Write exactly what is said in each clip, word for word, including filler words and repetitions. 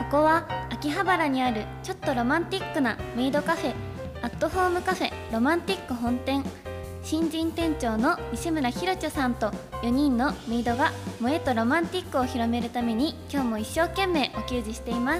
こは秋葉原にあるちょっとロマンティックなメイドカフェ、アットホームカフェロマンティック本店。新人店長の西村ひろちょさんとよにんのメイドが萌えとロマンティックを広めるために今日も一生懸命お給仕しています。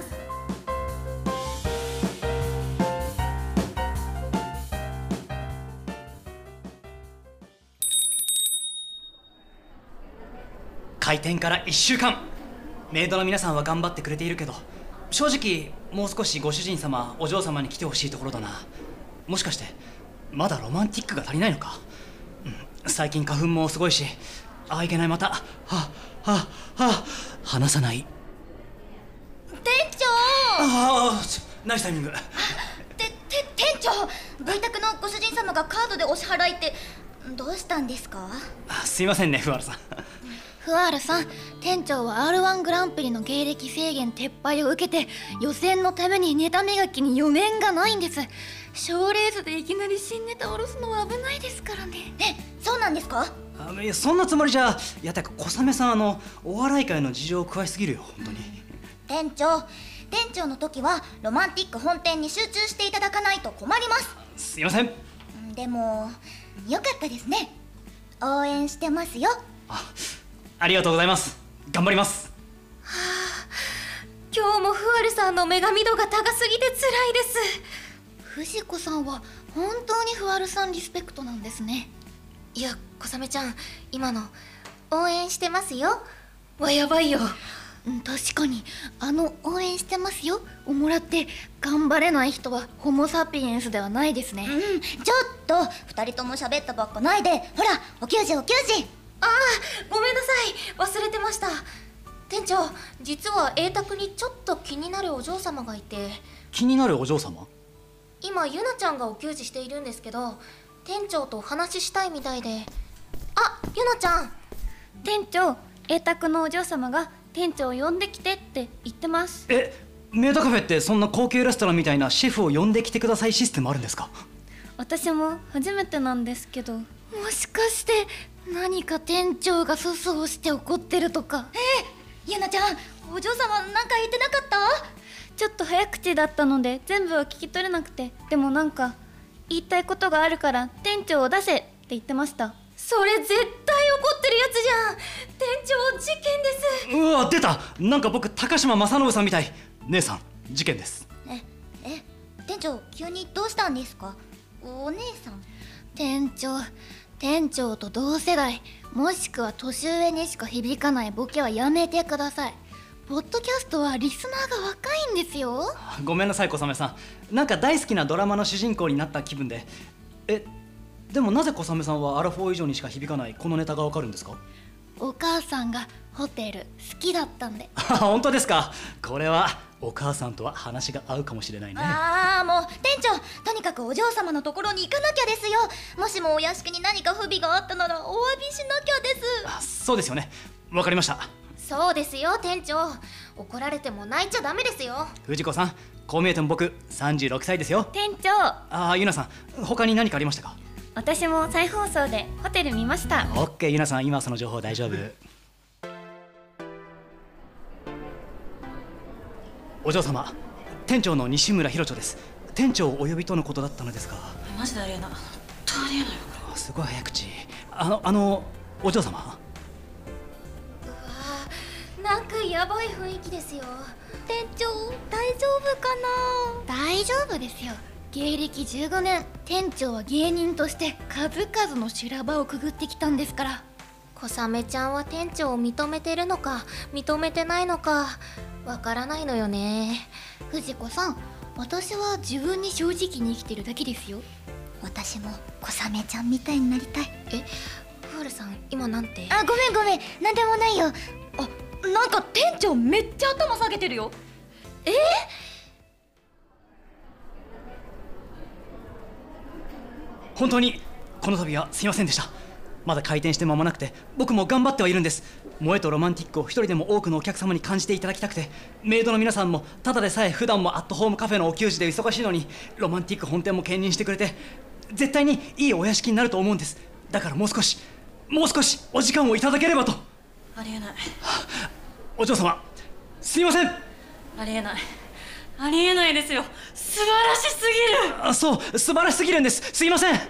開店からいっしゅうかん、メイドの皆さんは頑張ってくれているけど、正直もう少しご主人様お嬢様に来てほしいところだな。もしかしてまだロマンティックが足りないのか、うん、最近花粉もすごいし、あ、いけない、またはははは話さない。 店長。 ああ、ナイスタイミング。 てて店長、ご委託のご主人様がカードでお支払いってどうしたんですか？ あ、すいませんね、フワルさん。 フワールさん、店長は アールワン グランプリの芸歴制限撤廃を受けて予選のためにネタ磨きに余念がないんです。賞レースでいきなり新ネタを下ろすのは危ないですからね。 え、そうなんですか？ あ、いや、そんなつもりじゃ。いや、てか小雨さん、あのお笑い界の事情詳しすぎるよ、本当に。 店長、店長の時はロマンティック本店に集中していただかないと困ります。 すいません。 でもよかったですね。応援してますよ。 あ、ありがとうございます。頑張ります。 はあ、今日もフワルさんの女神度が高すぎて辛いです。藤子さんは本当にフワルさんリスペクトなんですね。 いや、小雨ちゃん、今の応援してますよわ、やばいよ。確かにあの応援してますよをもらって頑張れない人はホモサピエンスではないですね。 うん、ちょっとふたりとも喋ったばっかないで、ほらお給仕お給仕。 ああ、ごめんなさい、忘れてました。店長、実は栄卓にちょっと気になるお嬢様がいて。 気になるお嬢様？ 今ゆなちゃんがお給仕しているんですけど、店長とお話ししたいみたいで。あ、ゆなちゃん。 店長、栄卓のお嬢様が店長を呼んできてって言ってます。 え、メイドカフェってそんな高級レストランみたいなシェフを呼んできてくださいシステムあるんですか？ 私も初めてなんですけど。 もしかして何か店長が粗相して怒ってるとか？ えー、ゆなちゃん、お嬢様なんか言ってなかった？ ちょっと早口だったので全部は聞き取れなくて、でもなんか言いたいことがあるから店長を出せって言ってました。 それ絶対怒ってるやつじゃん。店長、事件です。 うわ、出た。なんか僕高島正信さんみたい。姉さん、事件です。 え、え、店長急にどうしたんですか？お姉さん。 店長、店長と同世代もしくは年上にしか響かないボケはやめてください。ポッドキャストはリスナーが若いんですよ。 ごめんなさい、小雨さん。なんか大好きなドラマの主人公になった気分で。え、でもなぜ小雨さんはアラフォー以上にしか響かないこのネタがわかるんですか？ お母さんがホテル好きだったんで。 本当ですか？これはお母さんとは話が合うかもしれないね。 ああ、もう店長、とにかくお嬢様のところに行かなきゃですよ。もしもお屋敷に何か不備があったならお詫びしなきゃです。 あ、そうですよね。わかりました。 そうですよ店長、怒られても泣いちゃダメですよ。 藤子さん、こう見えても僕さんじゅうろくさいですよ。 店長。 ああ、ゆなさん、他に何かありましたか？ 私も再放送でホテル見ました。 オッケー、ゆなさん、今その情報大丈夫。お嬢様、店長の西村ひろちょです。店長をお呼びとのことだったのですが。 マジでありえない。本当ありえないよこれ。 すごい早口。あのあのお嬢様。 うわー、なんかやばい雰囲気ですよ。 店長、大丈夫かな？ 大丈夫ですよ。芸歴じゅうごねん、店長は芸人として数々の修羅場をくぐってきたんですから。 小雨ちゃんは店長を認めてるのか認めてないのかわからないのよね。 藤子さん、私は自分に正直に生きてるだけですよ。 私も小雨ちゃんみたいになりたい。 え、フールさん、今なんて？ あ、ごめんごめん、なんでもないよ。 あ、なんか店長めっちゃ頭下げてるよ。 えー、 本当にこの度はすいませんでした。まだ開店して間もなくて僕も頑張ってはいるんです。萌えとロマンティックを一人でも多くのお客様に感じていただきたくて、メイドの皆さんもただでさえ普段もアットホームカフェのお給仕で忙しいのにロマンティック本店も兼任してくれて、絶対にいいお屋敷になると思うんです。だからもう少しもう少しお時間をいただければと。 ありえない。 お嬢様、すいません。 ありえない、ありえないですよ。素晴らしすぎる。 あ、そう、素晴らしすぎるんです。すいません。え、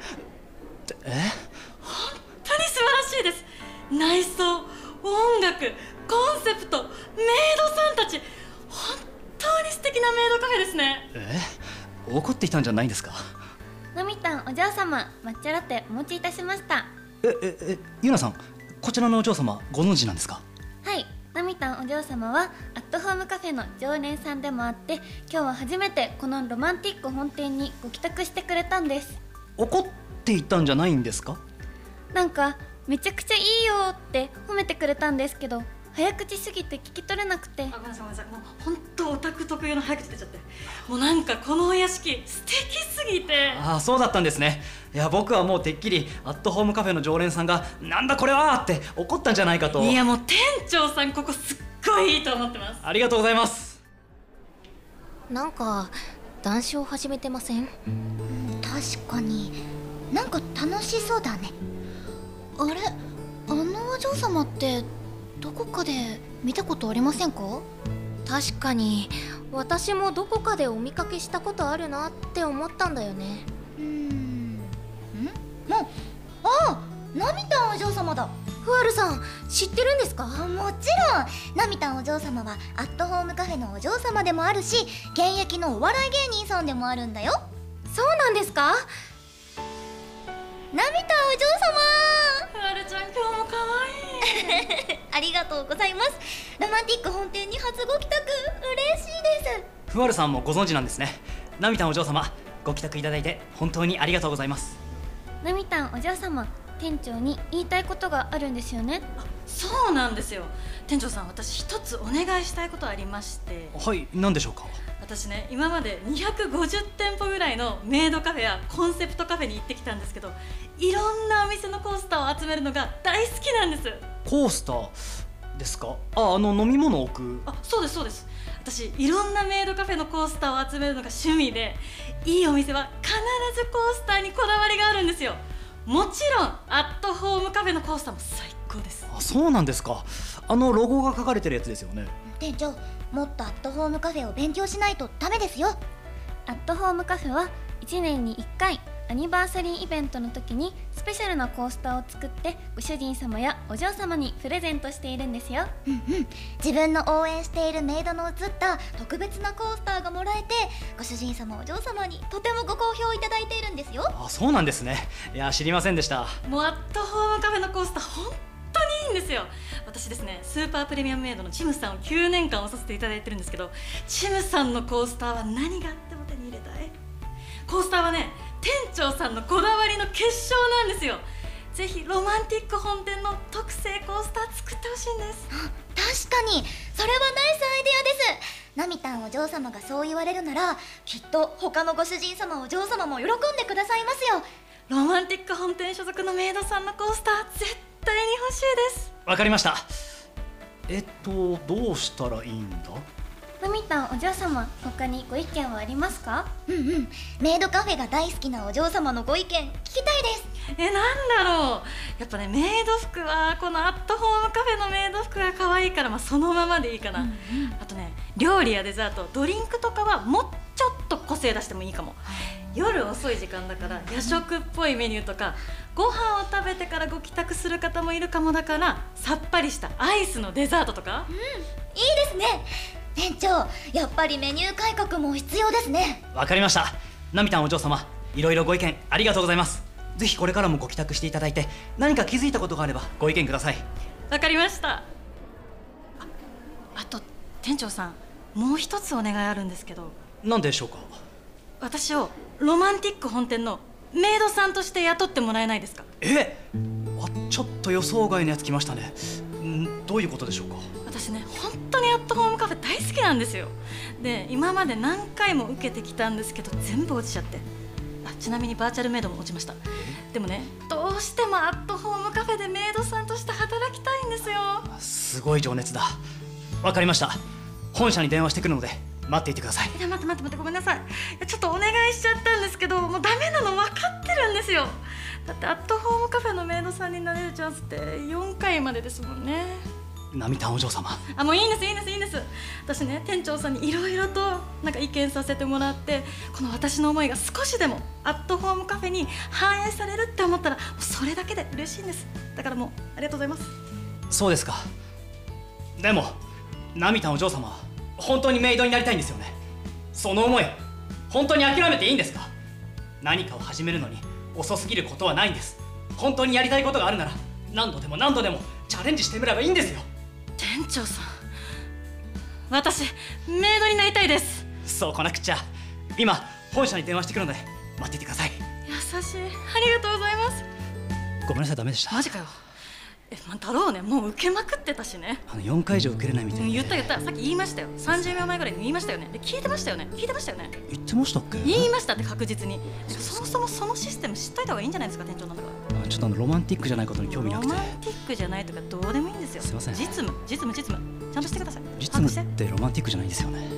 本当に素晴らしいです。内装、音楽、コンセプト、メイドさんたち、本当に素敵なメイドカフェですね。 え、怒っていたんじゃないんですか？ のみたんお嬢様、抹茶ラテお持ちいたしました。 え、え、え、ゆなさん、こちらのお嬢様ご存知なんですか？ はい、のみたんお嬢様はアットホームカフェの常連さんでもあって、今日は初めてこのロマンティック本店にご帰宅してくれたんです。 怒っていたんじゃないんですか？ なんかめちゃくちゃいいよって褒めてくれたんですけど、早口すぎて聞き取れなくて。 あ、ごめんなさいごめんなさい。もう本当オタク特有の早口出ちゃって、もうなんかこのお屋敷素敵すぎて。 ああ、そうだったんですね。いや、僕はもうてっきりアットホームカフェの常連さんがなんだこれはって怒ったんじゃないかと。 いや、もう店長さんここすっごいいいと思ってます。 ありがとうございます。 なんか談笑始めてません？ 確かになんか楽しそうだね。 あれ、あのお嬢様ってどこかで見たことありませんか？ 確かに私もどこかでお見かけしたことあるなって思ったんだよね。 うーん、んもああ、ナミタンお嬢様だ。 ふわるさん知ってるんですか？ もちろん、ナミタンお嬢様はアットホームカフェのお嬢様でもあるし、現役のお笑い芸人さんでもあるんだよ。 そうなんですか？ ナミタンお嬢ふわるちゃん今日も可愛い様ありがとうございます。ロマンティック本店に初ご帰宅、嬉しいです。 ふわるさんもご存知なんですね。ナミタンお嬢様、ご帰宅いただいて本当にありがとうございます。 のみたんお嬢様、店長に言いたいことがあるんですよね。 そうなんですよ。店長さん、私一つお願いしたいことありまして。 はい、何でしょうか？ 私ね、今までにひゃくごじゅってんぽぐらいのメイドカフェやコンセプトカフェに行ってきたんですけど、いろんなお店のコースターを集めるのが大好きなんです。 コースターですか？あ、あの飲み物を置く。 あ、そうですそうです。私いろんなメイドカフェのコースターを集めるのが趣味で、いいお店は必ずコースターにこだわりがあるんですよ。もちろんアットホームカフェのコースターも最高です。 あ、そうなんですか。あのロゴが書かれてるやつですよね。 店長、もっとアットホームカフェを勉強しないとダメですよ。 アットホームカフェはいちねんにいっかいアニバーサリーイベントの時にスペシャルなコースターを作ってご主人様やお嬢様にプレゼントしているんですよ。 うんうん、自分の応援しているメイドの写った特別なコースターがもらえて、ご主人様お嬢様にとてもご好評いただいているんですよ。 あ、そうなんですね。いや、知りませんでした。 もうアットホームカフェのコースター本当にいいんですよ。私ですね、スーパープレミアムメイドのチムさんをきゅうねんかん押させていただいてるんですけど、チムさんのコースターは何があっても手に入れたい。コースターはね、店長さんのこだわりの結晶なんですよ。ぜひロマンティック本店の特製コースター作ってほしいんです。 確かにそれはナイスアイデアです。ナミタンお嬢様がそう言われるなら、きっと他のご主人様お嬢様も喜んでくださいますよ。 ロマンティック本店所属のメイドさんのコースター絶対に欲しいです。 わかりました。えっとどうしたらいいんだ？ のみたんお嬢様、他にご意見はありますか？ うんうん、メイドカフェが大好きなお嬢様のご意見聞きたいです。 え、なんだろう。やっぱね、メイド服はこのアットホームカフェのメイド服が可愛いから、まあ、そのままでいいかな、うんうん、あとね、料理やデザート、ドリンクとかはもうちょっと個性出してもいいかも。夜遅い時間だから夜食っぽいメニューとか、ご飯を食べてからご帰宅する方もいるかもだから、さっぱりしたアイスのデザートとか。 うん、いいですね。店長、やっぱりメニュー改革も必要ですね。 わかりました。ナミタンお嬢様、いろいろご意見ありがとうございます。ぜひこれからもご帰宅していただいて、何か気づいたことがあればご意見ください。 わかりました。あ、あと店長さん、もう一つお願いあるんですけど。 何でしょうか？ 私をロマンティック本店のメイドさんとして雇ってもらえないですか？ え、あ、ちょっと予想外のやつ来ましたね。ん、どういうことでしょうか？ 私ね、本当にアットホームカフェ大好きなんですよ。で、今まで何回も受けてきたんですけど全部落ちちゃって、あ、ちなみにバーチャルメイドも落ちました。でもね、どうしてもアットホームカフェでメイドさんとして働きたいんですよ。 すごい情熱だ。わかりました。本社に電話してくるので待っていてください。 いや、待って待って待って、ごめんなさい。ちょっとお願いしちゃったんですけど、もうダメなの分かってるんですよ。だってアットホームカフェのメイドさんになれるチャンスってよんかいまでですもんね。 ナミタンお嬢様、 あ、もういいんですいいんですいいんです。 私ね店長さんにいろいろとなんか意見させてもらって、この私の思いが少しでもアットホームカフェに反映されるって思ったら、もうそれだけで嬉しいんです。だからもうありがとうございます。 そうですか。でもナミタンお嬢様は本当にメイドになりたいんですよね。その思い本当に諦めていいんですか？何かを始めるのに遅すぎることはないんです。本当にやりたいことがあるなら何度でも何度でもチャレンジしてみればいいんですよ。 店長さん、私メイドになりたいです。 そうこなくっちゃ。今本社に電話してくるので待っていてください。 優しい、ありがとうございます。 ごめんなさい、ダメでした。 マジかよ。え、まあ、だろうね、もう受けまくってたしね。 あのよんかい以上受けれないみたいな。 言った言った、さっき言いましたよ。さんじゅうびょうまえぐらいに言いましたよね。で聞いてましたよね、聞いてましたよね。 言ってましたっけ？ 言いましたって確実に。そもそもそのシステム知っといた方がいいんじゃないですか、店長なんだから。 ちょっとあのロマンティックじゃないことに興味なくて。 ロマンティックじゃないとかどうでもいいんですよ。 すいません。 実務実務実務ちゃんとしてください。 実務ってロマンティックじゃないんですよね。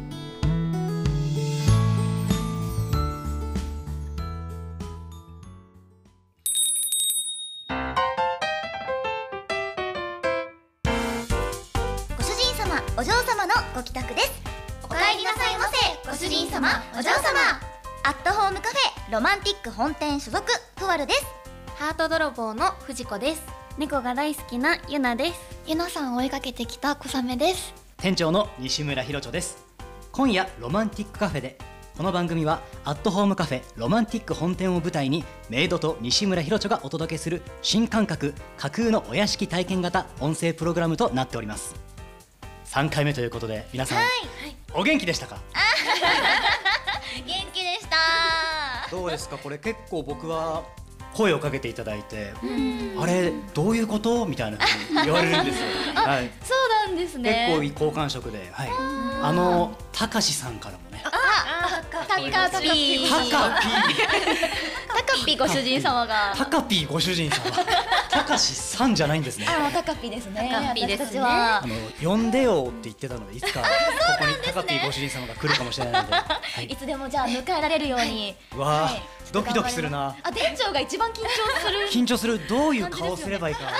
ご主人様お嬢様のご帰宅です。お帰りなさいませご主人様お嬢様。アットホームカフェロマンティック本店所属ふわるです。 ハート泥棒の藤子です。 猫が大好きなゆなです。 ゆなさんを追いかけてきた小雨です。 店長の西村ひろちょです。今夜ロマンティックカフェで。この番組はアットホームカフェロマンティック本店を舞台にメイドと西村ひろちょがお届けする新感覚架空のお屋敷体験型音声プログラムとなっております。さんかいめということで皆さん、はい、お元気でしたか？ 元気でした。 どうですか？これ結構僕は声をかけていただいて、あれどういうことみたいなふうに言われるんですよ。はい、 そうなんですね。 結構いい好感触で、はい、あのたかしさんからもね。 タカピータカピータカピーご主人様がタカピーご主人様たかしさんじゃないんですね。 あ、タカピーですね。 タカピーですね。 あの呼んでよって言ってたので、いつかここにタカピーご主人様が来るかもしれないので、はい、 いつでもじゃあ迎えられるように。 わあ、ドキドキするな。 あ、店長が一番緊張する。 緊張する。どういう顔すればいいか。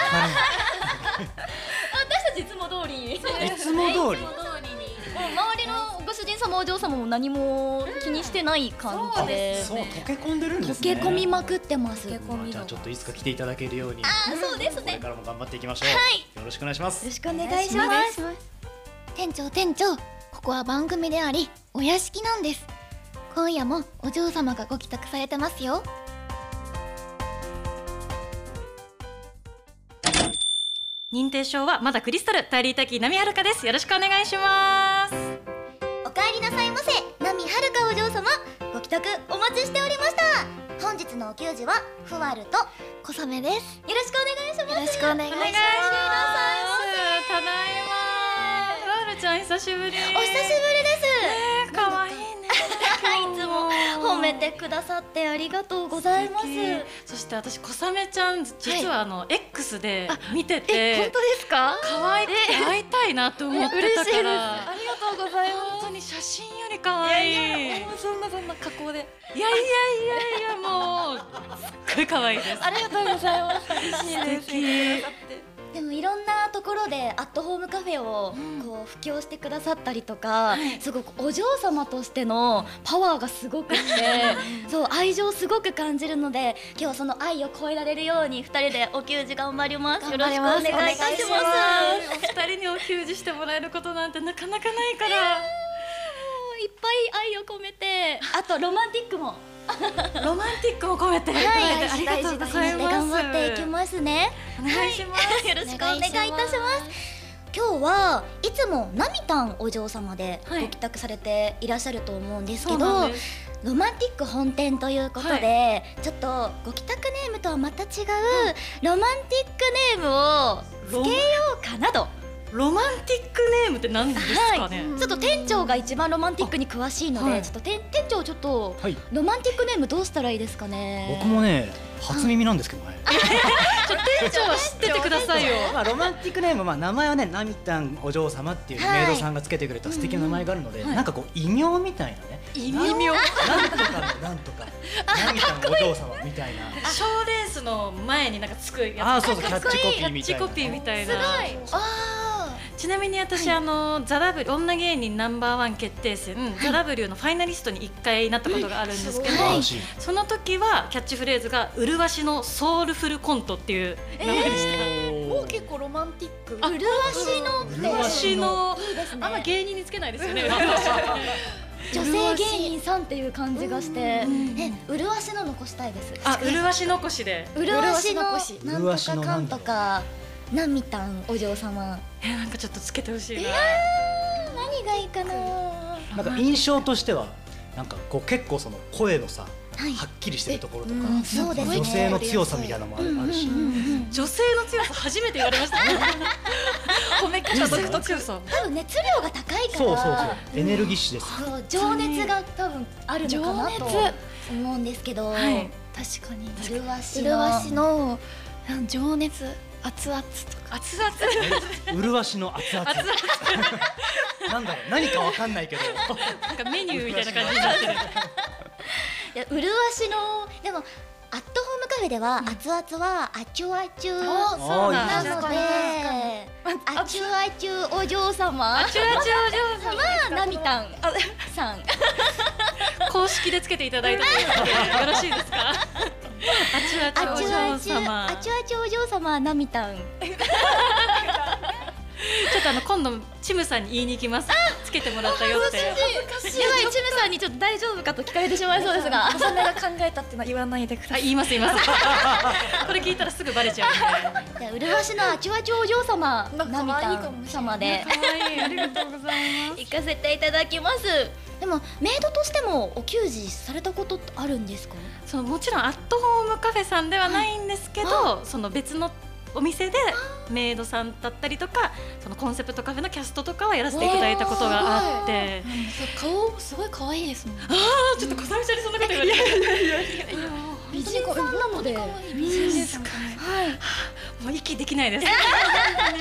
私たちいつも通り。 いつも通り。 周りのご主人様お嬢様も何も気にしてない感じで、 そう溶け込んでるんですね。 溶け込みまくってます。 じゃあちょっといつか来ていただけるように、 あ、そうですね。 これからも頑張っていきましょう。 はい、 よろしくお願いします。 よろしくお願いします。 店長店長、ここは番組でありお屋敷なんです。今夜もお嬢様がご帰宅されてますよ。 認定証はまだクリスタルタイリータキー波はるかです。よろしくお願いします。 お帰りなさいませ波はるかお嬢様。ご帰宅お待ちしておりました。本日のお給仕はふわると小雨です。 よろしくお願いします。 よろしくお願いします。 ただいま。ふわるちゃん久しぶり。お久しぶりです。 ね、 かわいいね。 いつも褒めてくださってありがとうございます。 そして私小雨ちゃん実はあの X で見てて、 え、本当ですか？ 可愛くて会いたいなと思ってたから。 嬉しいです。ありがとうございます。 本当に写真より可愛い。いやいや、 そんなそんな加工で。 いやいやいやいや、もうすっごい可愛いです。 ありがとうございます。嬉しいです。 でもいろんなところでアットホームカフェをこう布教してくださったりとか、すごくお嬢様としてのパワーがすごくてそう愛情すごく感じるので、今日はその愛を超えられるようにふたりでお給仕頑張ります。よろしくお願いいたします。 お二人にお給仕してもらえることなんてなかなかないから、 いっぱい愛を込めて、あとロマンティックもロマンティックも込めて、はい、ありがとうございます。 頑張っていきますね。 お願いします。 よろしくお願いいたします。今日はいつもナミタンお嬢様でご帰宅されていらっしゃると思うんですけど、はい、ロマンティック本店ということで、はい、ちょっとご帰宅ネームとはまた違う、うん、ロマンティックネームをつけようかなと。 ロマンティックネームって何ですかね。 はい、ちょっと店長が一番ロマンティックに詳しいので、はい、ちょっと店店長ちょっと、はい、ロマンティックネームどうしたらいいですかね。 僕もね初耳なんですけどね。 ちょ店長は知っててくださいよ。 まあロマンティックネーム、まあ名前はねナミタンお嬢様っていうメイドさんがつけてくれた素敵な名前があるので、なんかこう異名みたいなね。 異名。なんとかのなんとか。ナミタンお嬢様みたいな。 賞レースの前になんかつくやつ。 ああそうそう、キャッチコピーみたいな。 キャッチコピーみたいな。 すごい。ああ。 ちなみに私、はい、あのザ・ダブリュー女芸人ナンバーワン決定戦、はい、ザ・ダブリューのファイナリストにいっかいなったことがあるんですけど、はい、その時はキャッチフレーズが「うるわしのソウルフルコント」っていう名前でした。 えー、もう結構ロマンティック。 うるわしのうるわしのいいですね。 あんま芸人につけないですよね。 女性芸人さんっていう感じがして、え、うるわしの残したいです。 あ、うるわし残しで。 うるわしのなんとかかんとか、なみたんお嬢様。 え、なんかちょっとつけてほしいな。 何がいいかな。 なんか印象としては、なんかこう結構その声のさ、はっきりしてるところとか、女性の強さみたいなのもあるし、 女性の強さ初めて言われました。褒め方独特そう。 多分熱量が高いから。 そうそうそう。エネルギッシュです。 情熱が多分あるのかなと思うんですけど。 確かに。 うるわしうるわしの情熱熱々とか。 熱々。 うるわしの熱々。なんだろう、何かわかんないけど。 なんかメニューみたいな感じになってる。 いや、うるわしのでもアットホームカフェでは熱々はあちゅあちゅなので、あちゅあちゅお嬢様、 あちゅあちゅお嬢様なみたんさん公式でつけていただいてよろしいですか？あちゅあちゅお嬢様、 あちゅあちゅお嬢様なみたん。 ちょっとあの今度チムさんに言いに行きます。つけてもらったよって。やばい、チムさんにちょっと大丈夫かと聞かれてしまいそうですが、小雨が考えたってのは言わないでください。 言います言います。これ聞いたらすぐバレちゃうんで。 うるわしのあちゅあちゅお嬢様なみたん様で。 可愛い、ありがとうございます。 行かせていただきます。でもメイドとしてもお給仕されたことってあるんですか？ そのもちろんアットホームカフェさんではないんですけど、その別のお店でメイドさんだったりとか、そのコンセプトカフェのキャストとかはやらせていただいたことがあって、 顔すごい可愛いですもん。ああ、ちょっと小雨ちゃんにそんなこと言われて、 美人さんなので。 美人ですか。 はい。 もう息できないです。ではで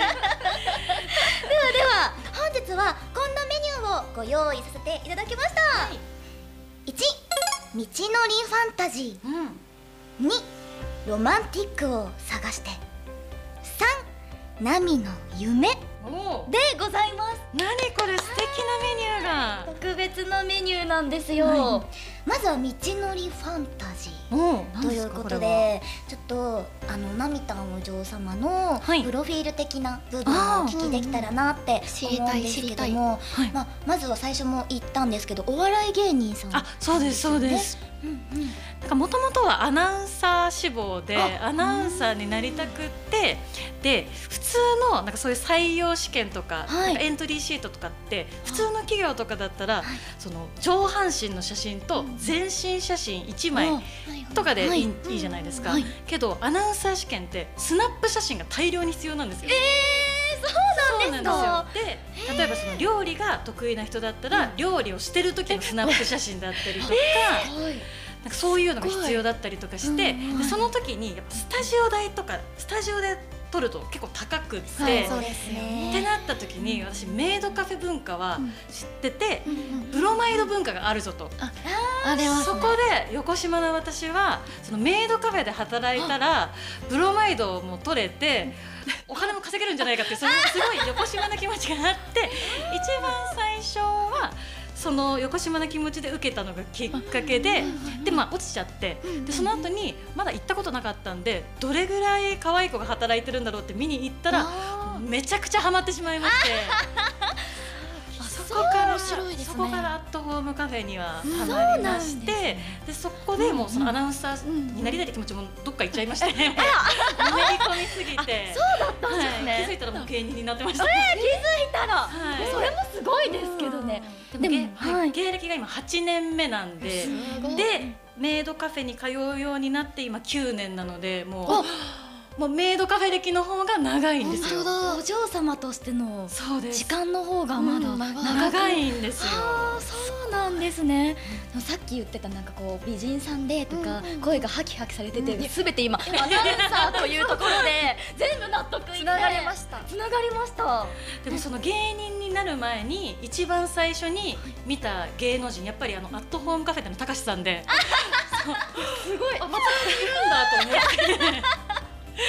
は本日はこんなメニューをご用意させていただきました。いち、道のりファンタジー。に、ロマンティックを探して。さん、ナミの夢でございます。 何これ素敵なメニューが。 特別なメニューなんですよ。まずは道のりファンタジーということで、ちょっとあのナミタンお嬢様のプロフィール的な部分をお聞きできたらなって思うんですけども、まあまずは最初も言ったんですけど、お笑い芸人さん。 あ、そうですそうです。なんかもともとはアナウンサー志望でアナウンサーになりたくって、で普通のなんかそういう採用試験とか、はい、なんかエントリーシートとかって普通の企業とかだったら、はい、その上半身の写真と全身写真いちまいとかでいい、はい、いいじゃないですか、はい、けどアナウンサー試験ってスナップ写真が大量に必要なんですよ。 えー、そうなんですか。 で、例えばその料理が得意な人だったら、料理をしてる時のスナップ写真だったりとか、なんかそういうのが必要だったりとかして、でその時にやっぱスタジオ代とかスタジオで撮ると結構高くって、 そうですね、 ってなった時に私メイドカフェ文化は知ってて、ブロマイド文化があるぞと。ああれはそこで横島の私はそのメイドカフェで働いたらブロマイドも取れてお金も稼げるんじゃないかって、それすごい横島な気持ちがあって、一番最初はその横島な気持ちで受けたのがきっかけで、でまあ落ちちゃって、でその後にまだ行ったことなかったんで、どれぐらい可愛い子が働いてるんだろうって見に行ったらめちゃくちゃハマってしまいまして、そこからそこからアットホームカフェにはハマりまして、でそこでもうそのアナウンサーになりたいって気持ちもどっか行っちゃいまして、のめり込みすぎて、 そうだったんですね。 気づいたらもう芸人になってました。 気づいたらそれもすごいですけどね。 でも芸歴が今はちねんめなんで、でメイドカフェに通うようになって今きゅうねんなので、もうもうメイドカフェ歴の方が長いんですよ。 お嬢様としての時間の方がまだ長いんですよ。 そうなんですね。さっき言ってたなんかこう美人さんでとか声がハキハキされてて、すべて今アナウンサーというところで全部納得いってつながりました。つながりました。 でもその芸人になる前に一番最初に見た芸能人、やっぱりあのアットホームカフェでのたかしさんで、すごいまたいるんだと思って。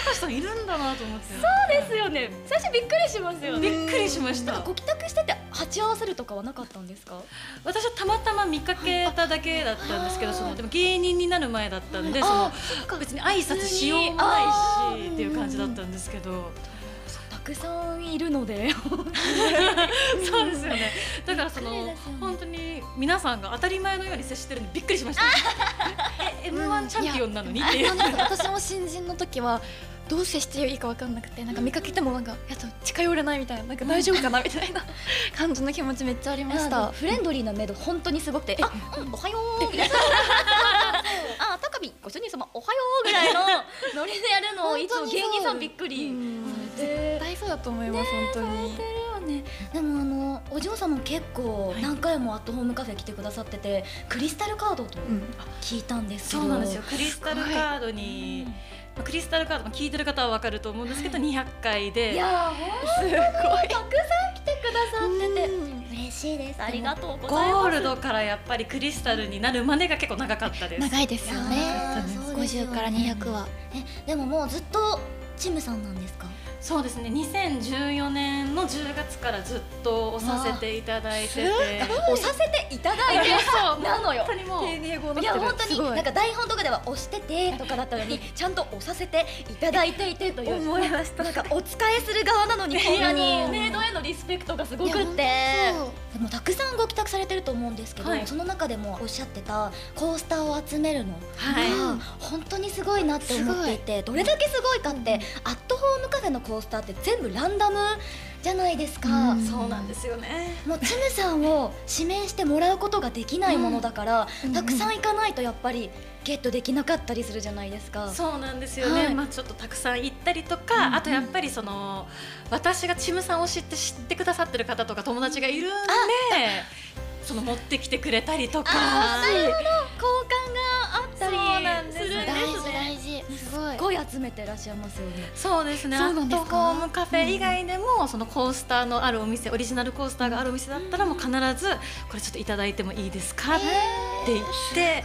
高橋さんいるんだなと思って。 そうですよね。最初びっくりしますよね。 びっくりしました。 ご帰宅してて鉢合わせるとかはなかったんですか？ 私はたまたま見かけただけだったんですけど、そのでも芸人になる前だったんで、その別に挨拶しようもないしっていう感じだったんですけど。 たくさんいるのでそうですよね。だからその本当に皆さんが当たり前のように接してるんでびっくりしました。え、エムワン チャンピオンなのにっていう。 私も新人の時はどう接していいか分かんなくて、なんか見かけてもなんかやっと近寄れないみたいな、なんか大丈夫かなみたいな感じの気持ちめっちゃありました。 フレンドリーな目で本当にすごくて、あ、うん、おはようみたいな、あ、高見ご主人様おはようぐらいのノリでやるのをいつも芸人さんびっくり。 絶対そうだと思います、本当に。 でもあのお嬢様結構何回もアットホームカフェ来てくださってて、クリスタルカードと聞いたんですけど。 そうなんですよ。クリスタルカードに、まあ、クリスタルカードも聞いてる方はわかると思うんですけど、にひゃっかいで、 いやー、すごいたくさん来てくださってて嬉しいです。ありがとうございます。 ゴールドからやっぱりクリスタルになるまでが結構長かったです。 長いですよね。ごじゅうからにひゃくは。 え、でももうずっとチムさんなんですか？ そうですね、にせんじゅうよねんのじゅうがつからずっと押させていただいてて、 押させていただいてそうなのよ。 本当にもう丁寧語になってる。 いや本当になんか台本とかでは押しててとかだったのにちゃんと押させていただいていてという思いました。 なんかお仕えする側なのにこんなにメイドへのリスペクトがすごくって、でもたくさんご帰宅されてると思うんですけど、はい、その中でもおっしゃってたコースターを集めるのが本当にすごいなって思っていて、どれだけすごいかって、アットホームカフェのコースターって全部ランダムじゃないですか。 そうなんですよね。 もうチムさんを指名してもらうことができないものだから、うん、たくさん行かないとやっぱりゲットできなかったりするじゃないですか。 そうなんですよね、はい、まあちょっとたくさん行ったりとか、うんうん、あとやっぱりその私がチムさんを知って知ってくださってる方とか友達がいるんで、その持ってきてくれたりとか、 なるほど、交換があったりそうなんです、 するんですね。 大事大事、すごいすごい集めてらっしゃいますよね。 そうですね、アットホームカフェ以外でも、うん、そのコースターのあるお店、オリジナルコースターがあるお店だったらもう必ずこれちょっといただいてもいいですかって言って、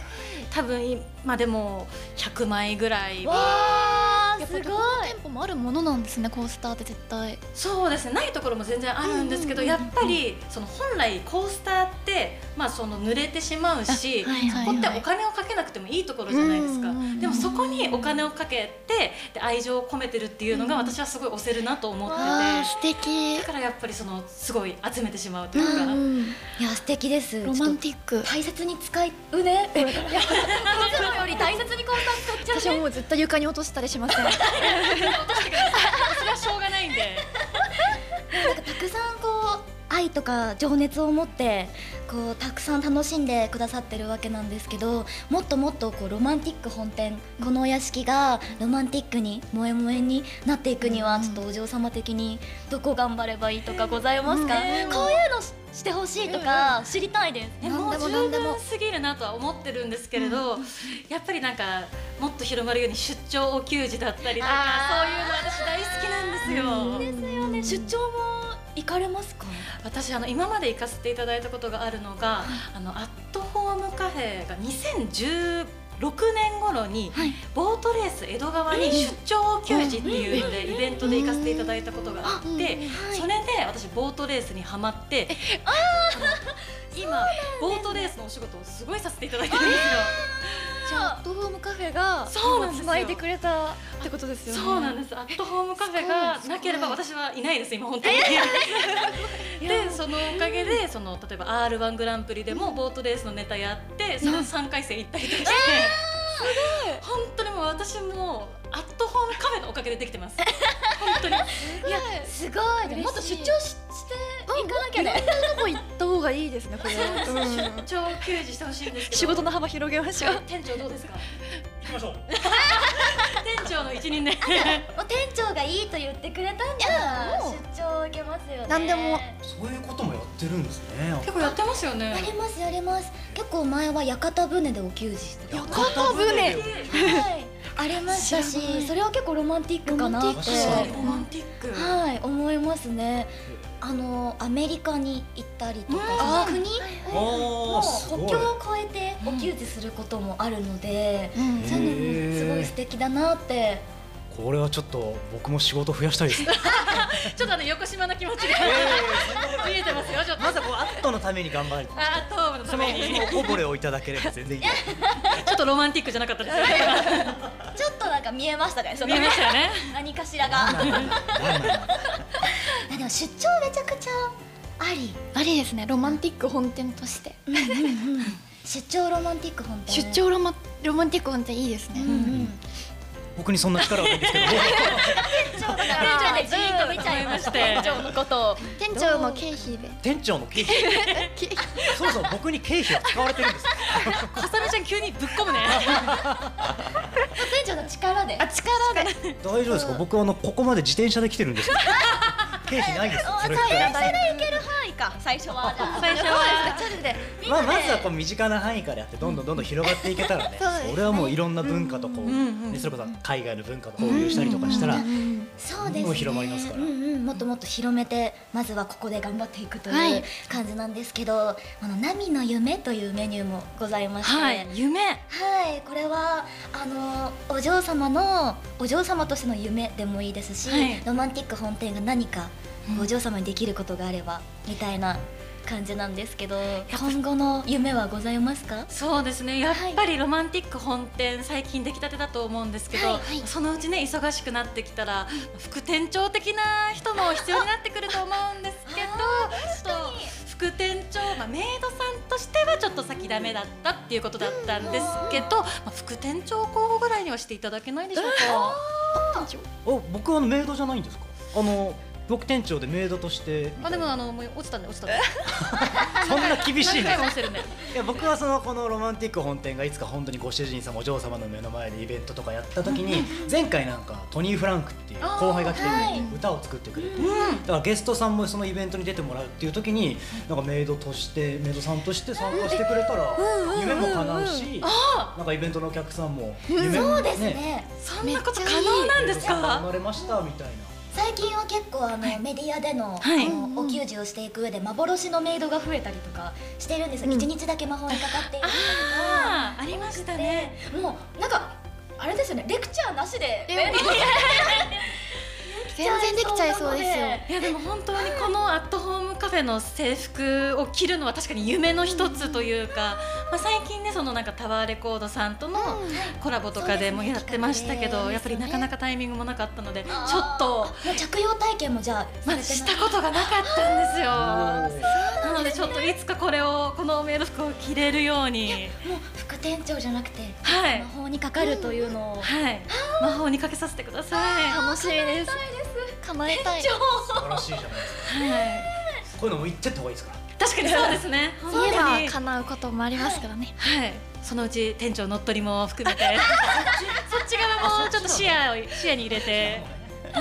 多分まあでもひゃくまいぐらいは。 やっぱりどこの店舗もあるものなんですね、コースターって絶対。 そうですね、ないところも全然あるんですけど、やっぱりその本来コースターってまあその濡れてしまうし、そこってお金をかけなくてもいいところじゃないですか。でもそこにお金をかけてで愛情を込めてるっていうのが私はすごい押せるなと思ってて、 素敵。 だからやっぱりそのすごい集めてしまうというか、 いや素敵です。 ロマンティック。 大切に使うね。いつもより大切にコースター使っちゃうね。 私はもう絶対床に落としたりしません。 落としてください。それはしょうがないんで。 なんかたくさんこう愛とか情熱を持ってこうたくさん楽しんでくださってるわけなんですけど、もっともっとこうロマンティック本店、このお屋敷がロマンティックに萌え萌えになっていくには、ちょっとお嬢様的にどこ頑張ればいいとかございますか？こういうのしてほしいとか知りたいです。 え、もう十分すぎるなとは思ってるんですけれど、やっぱりなんかもっと広まるように出張お給仕だったりとか、そういうの私大好きなんですよ。 ですよね。出張も行かれますか？ 私あの今まで行かせていただいたことがあるのが、あのアットホームカフェがにせんじゅうろくねん頃にボートレース江戸川に出張給仕っていうのでイベントで行かせていただいたことがあって、それで私ボートレースにハマって、今ボートレースのお仕事をすごいさせていただいてるんですよ。 じゃあアットホームカフェがつないでくれたってことですよね。 そうなんです。アットホームカフェがなければ私はいないです今本当に。でそのおかげでその例えば アールワン グランプリでもボートレースのネタやってそのさんかい戦行ったりとかして、本当にもう私もアットホームカフェのおかげでできてます。本当に。いやすごい。もっと出張しして行かなきゃね。 いろんなとこ行った方がいいですね。これは。 出張給仕してほしいんですけど。 仕事の幅広げましょう。 店長どうですか？ 行きましょう。 店長の一人で。 もう店長がいいと言ってくれたんじゃ出張行けますよね。 何でも。 そういうこともやってるんですね。 結構やってますよね。 やりますやります。結構前は屋形船でお給仕してた。 屋形船。はい。 ありましたし、それは結構ロマンティックかなってロマンティックはい思いますね。あのアメリカに行ったりとか、国の国境を越えてお給仕することもあるので、そういうのもすごい素敵だなってこれはちょっと僕も仕事増やしたいですね。 ちょっとあの横島な気持ちが見えてますよ。ちょっとまずはこうアットのために頑張る。 あー、頭部のためにそのおこぼれをいただければ全然いい。 ちょっとロマンティックじゃなかったですよね。 ちょっとなんか見えましたね。その見えましたよね。 何かしらが。 なんなんだなんなんだあでも出張めちゃくちゃあり。 ありですね、ロマンティック本店として。 出張ロマンティック本店。 出張ロマロマンティック本店いいですね。 僕にそんな力はないんですけど。 店長だから店長でじーっと見ちゃいました。店長のことを。 店長の経費で。 店長の経費。そもそも僕に経費が使われてるんです。 かさみちゃん急にぶっ込むね。 店長の力で。 あ、力で。 大丈夫ですか。僕はあのここまで自転車で来てるんですよ。経費ないです。それ自転車で行ける範囲か。最初は。 最初はチャリで。 まあまずはこう身近な範囲からやってどんどんどんどん広がっていけたらね。俺はもういろんな文化とこう、ね、それこそ海外の文化と交流したりとかしたら、 そうですね。 もう広まりますから。 うんうん、もっともっと広めて、まずはここで頑張っていくという感じなんですけど、あのナミの夢というメニューもございまして、 はい、夢。 はい、これはあのお嬢様のお嬢様としての夢でもいいですし、はい、ロマンティック本店が何かお嬢様にできることがあればみたいな感じなんですけど、今後の夢はございますか？ そうですね、やっぱりロマンティック本店最近出来たてだと思うんですけど、はいはい、そのうちね忙しくなってきたら副店長的な人も必要になってくると思うんですけど、ちょっと副店長、まあ、メイドさんとしてはちょっと先ダメだったっていうことだったんですけど、まあ、副店長候補ぐらいにはしていただけないでしょうか？ 店長、お、僕はメイドじゃないんですか？あの僕店長でメイドとしてあ、でもあのもう落ちたんで落ちたんでそんな厳しいね。 いや僕はそのこのロマンティック本店がいつか本当にご主人様お嬢様の目の前でイベントとかやった時に、前回なんかトニー・フランクっていう後輩が来て歌を作ってくれて、だからゲストさんもそのイベントに出てもらうっていう時になんかメイドとしてメイドさんとして参加してくれたら夢も叶うし、なんかイベントのお客さんも夢もね、 そんなこと可能なんですか？ 生まれましたみたいな。 最近は結構あの、はい、メディアでの、はい、あのお給仕をしていく上で幻のメイドが増えたりとかしてるんですよ。一、うん、日だけ魔法にかかっているとかあありましたね。 もうなんかあれですよね、レクチャーなしで全然できちゃいそうですよ。 いやでも本当にこのアットホームカフェの制服を着るのは確かに夢の一つというか、まあ、最近ねそのなんかタワーレコードさんとのコラボとかでもやってましたけど、やっぱりなかなかタイミングもなかったのでちょっと着用体験もじゃあまだしたことがなかったんですよ。なのでちょっといつかこれをこのメイド服を着れるように、 もう副店長じゃなくて、 はい、 魔法にかかるというのを、 はい、魔法にかけさせてください。 楽しみです。叶えたい。 素晴らしいじゃないですか。はい。こういうのも言ってった方がいいですから。 確かにそうですね。 言えば叶うこともありますからね。 はい。そのうち店長乗っ取りも含めて、そっち側もちょっと視野を視野に入れて、はい。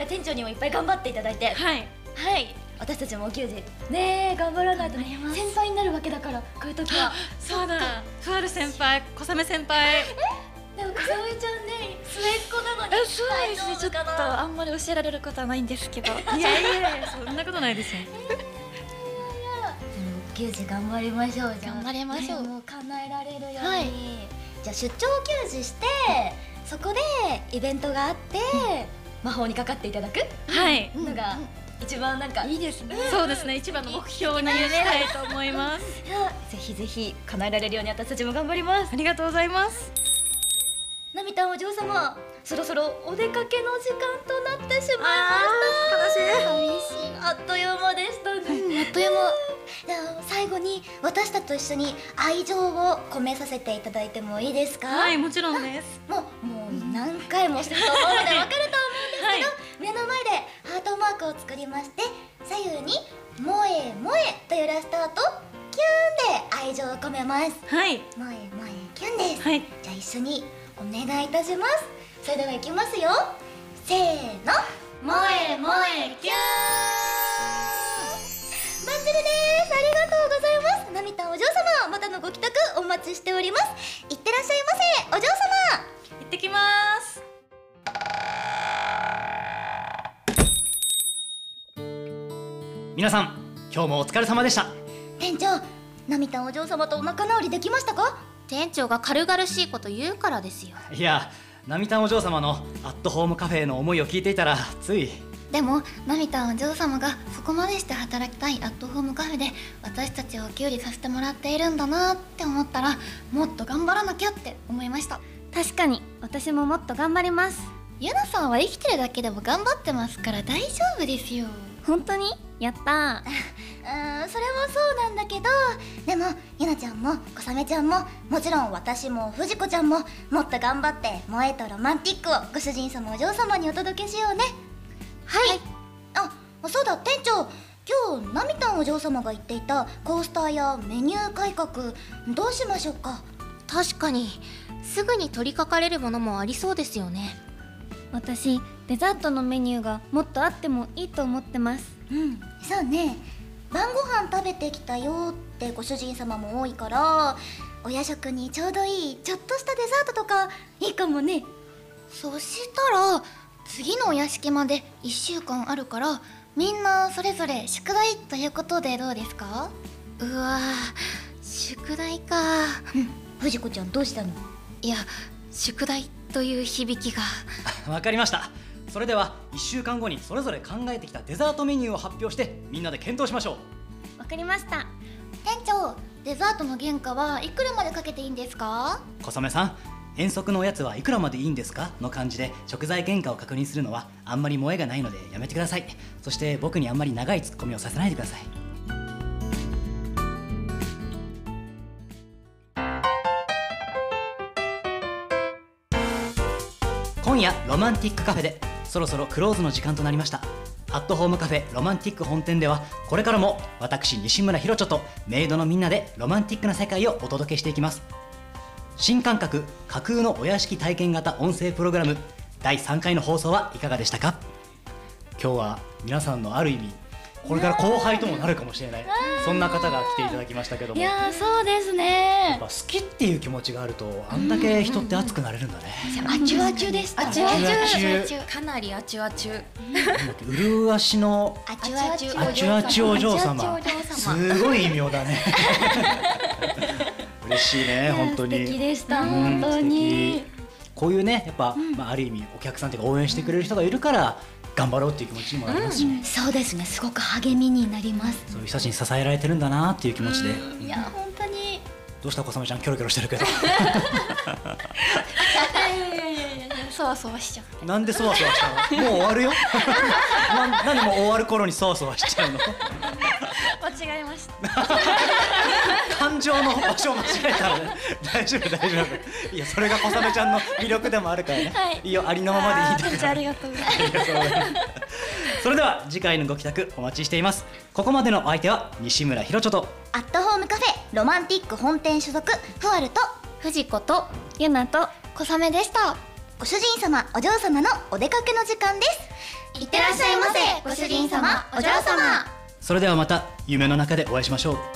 店長にもいっぱい頑張っていただいて、 はいはい。私たちもお給仕ねえ頑張らないとね、先輩になるわけだからこういう時は。 そうだ。ふわる先輩、小雨先輩。 でもかさみちゃんね末っ子なのにそうですね、ちょっとあんまり教えられることはないんですけど。いやいやいやそんなことないですよ。 お給仕頑張りましょう。じゃあ頑張りましょう。 もう叶えられるように、はい、じゃあ出張お給仕してそこでイベントがあって、うん、魔法にかかっていただくはいのが一番なんかいいですね。 そうですね、一番の目標にしたいと思います。 ぜひぜひ叶えられるように私たちも頑張ります。 ありがとうございます。 ナミタンお嬢様、そろそろお出かけの時間となってしまいました。 悲しい。寂しい。 あっという間でしたね。 うん、あっという間。 じゃあ最後に私たちと一緒に愛情を込めさせていただいてもいいですか？ はい、もちろんです。 もうもう何回もしてると思うのでわかると思うんですけど、はい、目の前でハートマークを作りまして、左右に萌え萌えと揺らした後、キューンで愛情を込めます。 はい。 萌え萌えキュンです。 はい。 じゃあ一緒にお願いいたします。それではいきますよ。せーの、萌え萌えキューン。バッチリです。ありがとうございます。ナミタンお嬢様、またのご帰宅お待ちしております。いってらっしゃいませ、お嬢様。 行ってきます。 皆さん、今日もお疲れ様でした。 店長、ナミタンお嬢様と仲直りできましたか？ 店長が軽々しいこと言うからですよ。 いや、 ナミタンお嬢様のアットホームカフェへの思いを聞いていたらつい。 でもナミタンお嬢様がそこまでして働きたいアットホームカフェで私たちを給理させてもらっているんだなって思ったら、もっと頑張らなきゃって思いました。 確かに私ももっと頑張ります。 ゆなさんは生きてるだけでも頑張ってますから大丈夫ですよ。 本当にやったー。 うーん、それもそうなんだけど、でもゆなちゃんもこさめちゃんももちろん私も藤子ちゃんももっと頑張って萌えとロマンティックをご主人様お嬢様にお届けしようね。はい、あ、そうだ店長、今日ナミタンお嬢様が言っていたコースターやメニュー改革どうしましょうか。 確かにすぐに取り掛かれるものもありそうですよね。 私デザートのメニューがもっとあってもいいと思ってます。 うん、そうね。晩ご飯食べてきたよってご主人様も多いから、お夜食にちょうどいいちょっとしたデザートとかいいかもね。 そしたら次のお屋敷までいっしゅうかんあるから、みんなそれぞれ宿題ということでどうですか？ うわー、宿題か。 うん、藤子ちゃんどうしたの？ いや、宿題という響きが。 わかりました。それではいっしゅうかんごにそれぞれ考えてきたデザートメニューを発表してみんなで検討しましょう。わかりました。 店長、デザートの原価はいくらまでかけていいんですか？ 小雨さん、遠足のおやつはいくらまでいいんですかの感じで食材原価を確認するのはあんまり萌えがないのでやめてください。そして僕にあんまり長いツッコミをさせないでください。今夜ロマンティックカフェでそろそろクローズの時間となりました。アットホームカフェロマンティック本店ではこれからも私西村ひろちょとメイドのみんなでロマンティックな世界をお届けしていきます。新感覚架空のお屋敷体験型音声プログラムだいさんかいの放送はいかがでしたか？今日は皆さんのある意味これから後輩ともなるかもしれないそんな方が来ていただきましたけども、 いやーそうですね。 やっぱ好きっていう気持ちがあるとあんだけ人って熱くなれるんだね。 あちゅあちゅでした。 あちゅあちゅあちゅあちゅかなりあちゅあちゅ。 うるわしのあちゅあちゅあちゅあちゅお嬢様、すごい異名だね。嬉しいね、本当に。 素敵でした、 うん本当に。 こういうね、やっぱ、まあ、ある意味お客さんというか応援してくれる人がいるから頑張ろうっていう気持ちにもなりますしね、 そうですね、すごく励みになります。 そういう人たちに支えられてるんだなっていう気持ちで。 いや本当に。 どうした小雨ちゃん、キョロキョロしてるけど。 いやいやいやいやいや、そわそわしちゃって。 なんでそわそわしたの？もう終わるよ。ななんでもう終わる頃にそわそわしちゃうの？ 間違えました。 感情の場所を間違えたら、ね、大丈夫大丈夫。いや、それが小雨ちゃんの魅力でもあるからね、はい、いいよ、ありのままでいいんだから。 店長ありがとうございます。 それでは次回のご帰宅お待ちしています。ここまでのお相手は西村ひろちょとアットホームカフェロマンティック本店所属ふわると藤子とゆなと小雨でした。 ご主人様お嬢様のお出かけの時間です。いってらっしゃいませ、ご主人様お嬢様。 それではまた夢の中でお会いしましょう。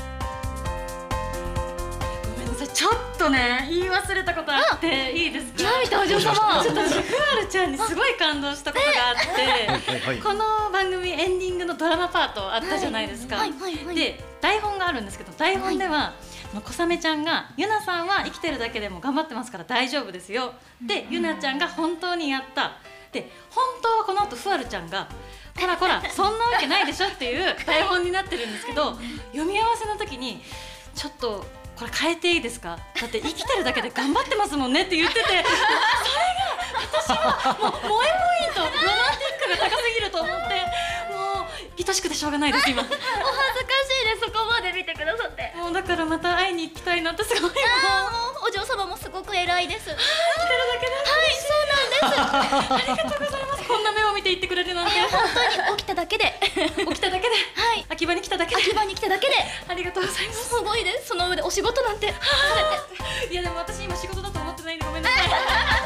ごめんなさい、ちょっとね言い忘れたことあっていいですか？ ナミタンお嬢様。 ちょっと私ふわるちゃんにすごい感動したことがあって、この番組エンディングのドラマパートあったじゃないですか。で台本があるんですけど、台本では小雨ちゃんがゆなさんは生きてるだけでも頑張ってますから大丈夫ですよ。でゆなちゃんが本当にやった。で本当はこの後ふわるちゃんがこらこらそんなわけないでしょっていう台本になってるんですけど、読み合わせの時にちょっとこれ変えていいですか？だって生きてるだけで頑張ってますもんねって言ってて、それが私はもう萌えポイントロマンティックが高すぎると思って、もう愛しくてしょうがないです今。 お恥ずかしいです、そこまで見てくださって。 もうだからまた会いに行きたいなってすごい。もうお嬢様もすごく偉いです。 生きてるだけではい、そうなんです。ありがとうございます。こんな目を見て言ってくれるなんて。 本当に起きただけで起きただけで、はい、秋葉に来ただけで、 秋葉に来ただけでありがとうございます。 すごいです。その上でお仕事なんてされて。 いやでも私今仕事だと思ってないんでごめんなさい。